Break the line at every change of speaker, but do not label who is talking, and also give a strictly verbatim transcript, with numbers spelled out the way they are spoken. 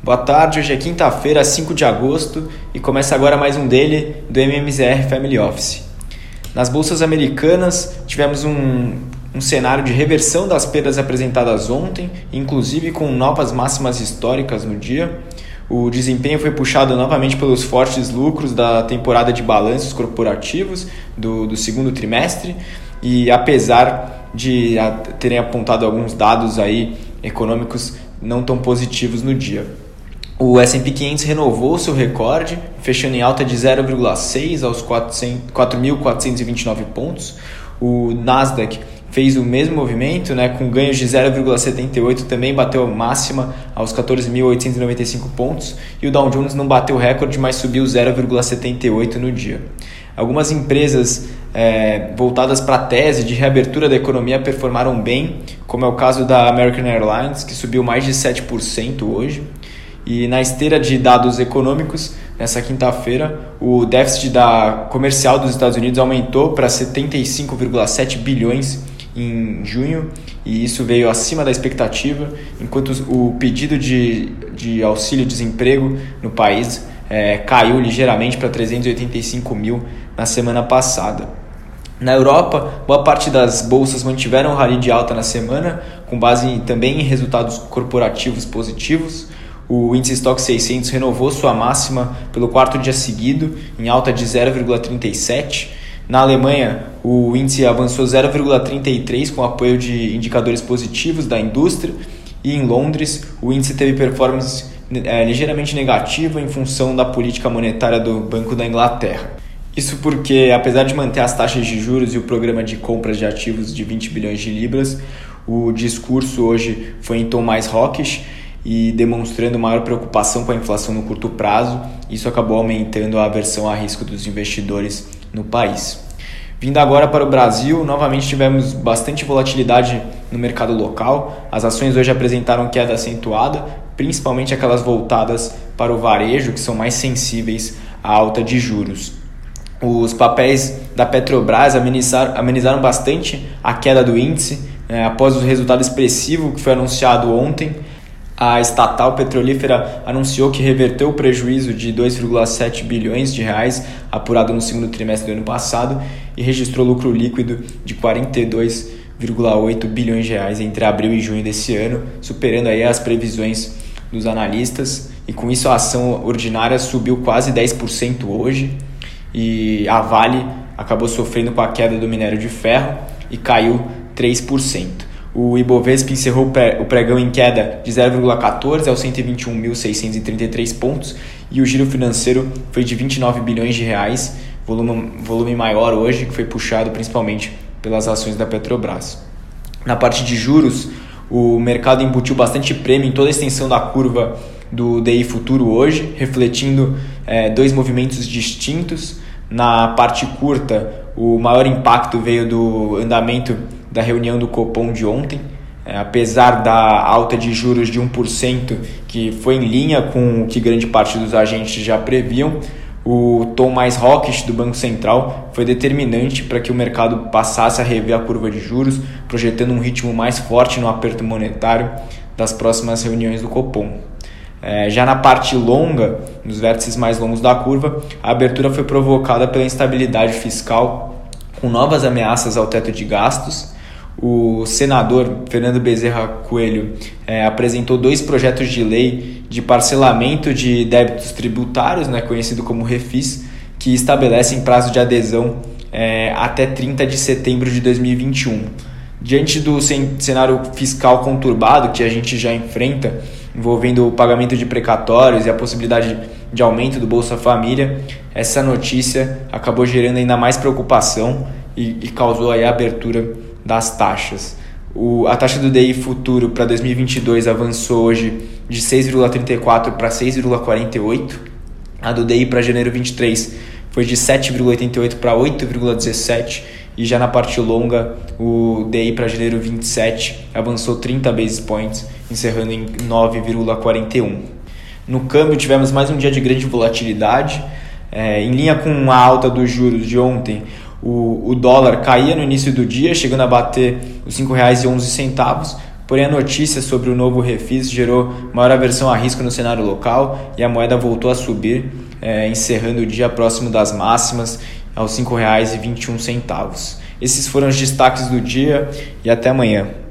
Boa tarde, hoje é quinta-feira, cinco de agosto, e começa agora mais um Daily do M M Z R Family Office. Nas bolsas americanas, tivemos um, um cenário de reversão das perdas apresentadas ontem, inclusive com novas máximas históricas no dia. O desempenho foi puxado novamente pelos fortes lucros da temporada de balanços corporativos do, do segundo trimestre, e apesar de terem apontado alguns dados aí econômicos não tão positivos no dia. O S and P quinhentos renovou seu recorde, fechando em alta de zero vírgula seis aos quatro mil quatrocentos e vinte e nove pontos. O Nasdaq fez o mesmo movimento, né, com ganhos de zero vírgula setenta e oito, também bateu a máxima aos quatorze mil oitocentos e noventa e cinco pontos. E o Dow Jones não bateu o recorde, mas subiu zero vírgula setenta e oito no dia. Algumas empresas é, voltadas para a tese de reabertura da economia performaram bem, como é o caso da American Airlines, que subiu mais de sete por cento hoje. E na esteira de dados econômicos, nessa quinta-feira, o déficit da comercial dos Estados Unidos aumentou para setenta e cinco vírgula sete bilhões em junho, e isso veio acima da expectativa, enquanto o pedido de, de auxílio-desemprego no país é, caiu ligeiramente para trezentos e oitenta e cinco mil na semana passada. Na Europa, boa parte das bolsas mantiveram o rally de alta na semana, com base em, também em resultados corporativos positivos. O índice Stoxx seiscentos renovou sua máxima pelo quarto dia seguido, em alta de zero vírgula trinta e sete. Na Alemanha, o índice avançou zero vírgula trinta e três com apoio de indicadores positivos da indústria. E em Londres, o índice teve performance é, ligeiramente negativa em função da política monetária do Banco da Inglaterra. Isso porque, apesar de manter as taxas de juros e o programa de compras de ativos de vinte bilhões de libras, o discurso hoje foi em tom mais hawkish e demonstrando maior preocupação com a inflação no curto prazo. Isso acabou aumentando a aversão a risco dos investidores no país. Vindo agora para o Brasil, novamente tivemos bastante volatilidade no mercado local. As ações hoje apresentaram queda acentuada, principalmente aquelas voltadas para o varejo, que são mais sensíveis à alta de juros. Os papéis da Petrobras amenizaram, amenizaram bastante a queda do índice, né, após o resultado expressivo que foi anunciado ontem. A estatal petrolífera anunciou que reverteu o prejuízo de dois vírgula sete bilhões de reais apurado no segundo trimestre do ano passado e registrou lucro líquido de quarenta e dois vírgula oito bilhões de reais entre abril e junho desse ano, superando aí as previsões dos analistas, e com isso a ação ordinária subiu quase dez por cento hoje, e a Vale acabou sofrendo com a queda do minério de ferro e caiu três por cento. O Ibovespa encerrou o pregão em queda de zero vírgula quatorze aos cento e vinte e um mil seiscentos e trinta e três pontos, e o giro financeiro foi de vinte e nove bilhões de reais, volume, volume maior hoje, que foi puxado principalmente pelas ações da Petrobras. Na parte de juros, o mercado embutiu bastante prêmio em toda a extensão da curva do D I futuro hoje, refletindo é, dois movimentos distintos. Na parte curta, o maior impacto veio do andamento da reunião do Copom de ontem, é, apesar da alta de juros de um por cento, que foi em linha com o que grande parte dos agentes já previam. O tom mais hawkish do Banco Central foi determinante para que o mercado passasse a rever a curva de juros, projetando um ritmo mais forte no aperto monetário das próximas reuniões do Copom. É, já na parte longa, nos vértices mais longos da curva, a abertura foi provocada pela instabilidade fiscal, com novas ameaças ao teto de gastos. O senador Fernando Bezerra Coelho é, apresentou dois projetos de lei de parcelamento de débitos tributários, né, conhecido como refis, que estabelecem prazo de adesão é, até trinta de setembro de dois mil e vinte e um. Diante do cenário fiscal conturbado que a gente já enfrenta, envolvendo o pagamento de precatórios e a possibilidade de aumento do Bolsa Família, essa notícia acabou gerando ainda mais preocupação e, e causou aí a abertura das taxas. O, a taxa do D I futuro para dois mil e vinte e dois avançou hoje de seis vírgula trinta e quatro para seis vírgula quarenta e oito. A do D I para janeiro vinte e três foi de sete vírgula oitenta e oito para oito vírgula dezessete. E já na parte longa, o D I para janeiro vinte e sete avançou trinta basis points, encerrando em nove vírgula quarenta e um. No câmbio, tivemos mais um dia de grande volatilidade. É, em linha com a alta dos juros de ontem, o, o dólar caía no início do dia, chegando a bater os cinco reais e onze centavos, porém a notícia sobre o novo refis gerou maior aversão a risco no cenário local e a moeda voltou a subir, é, encerrando o dia próximo das máximas aos cinco reais e vinte e um centavos. Esses foram os destaques do dia e até amanhã.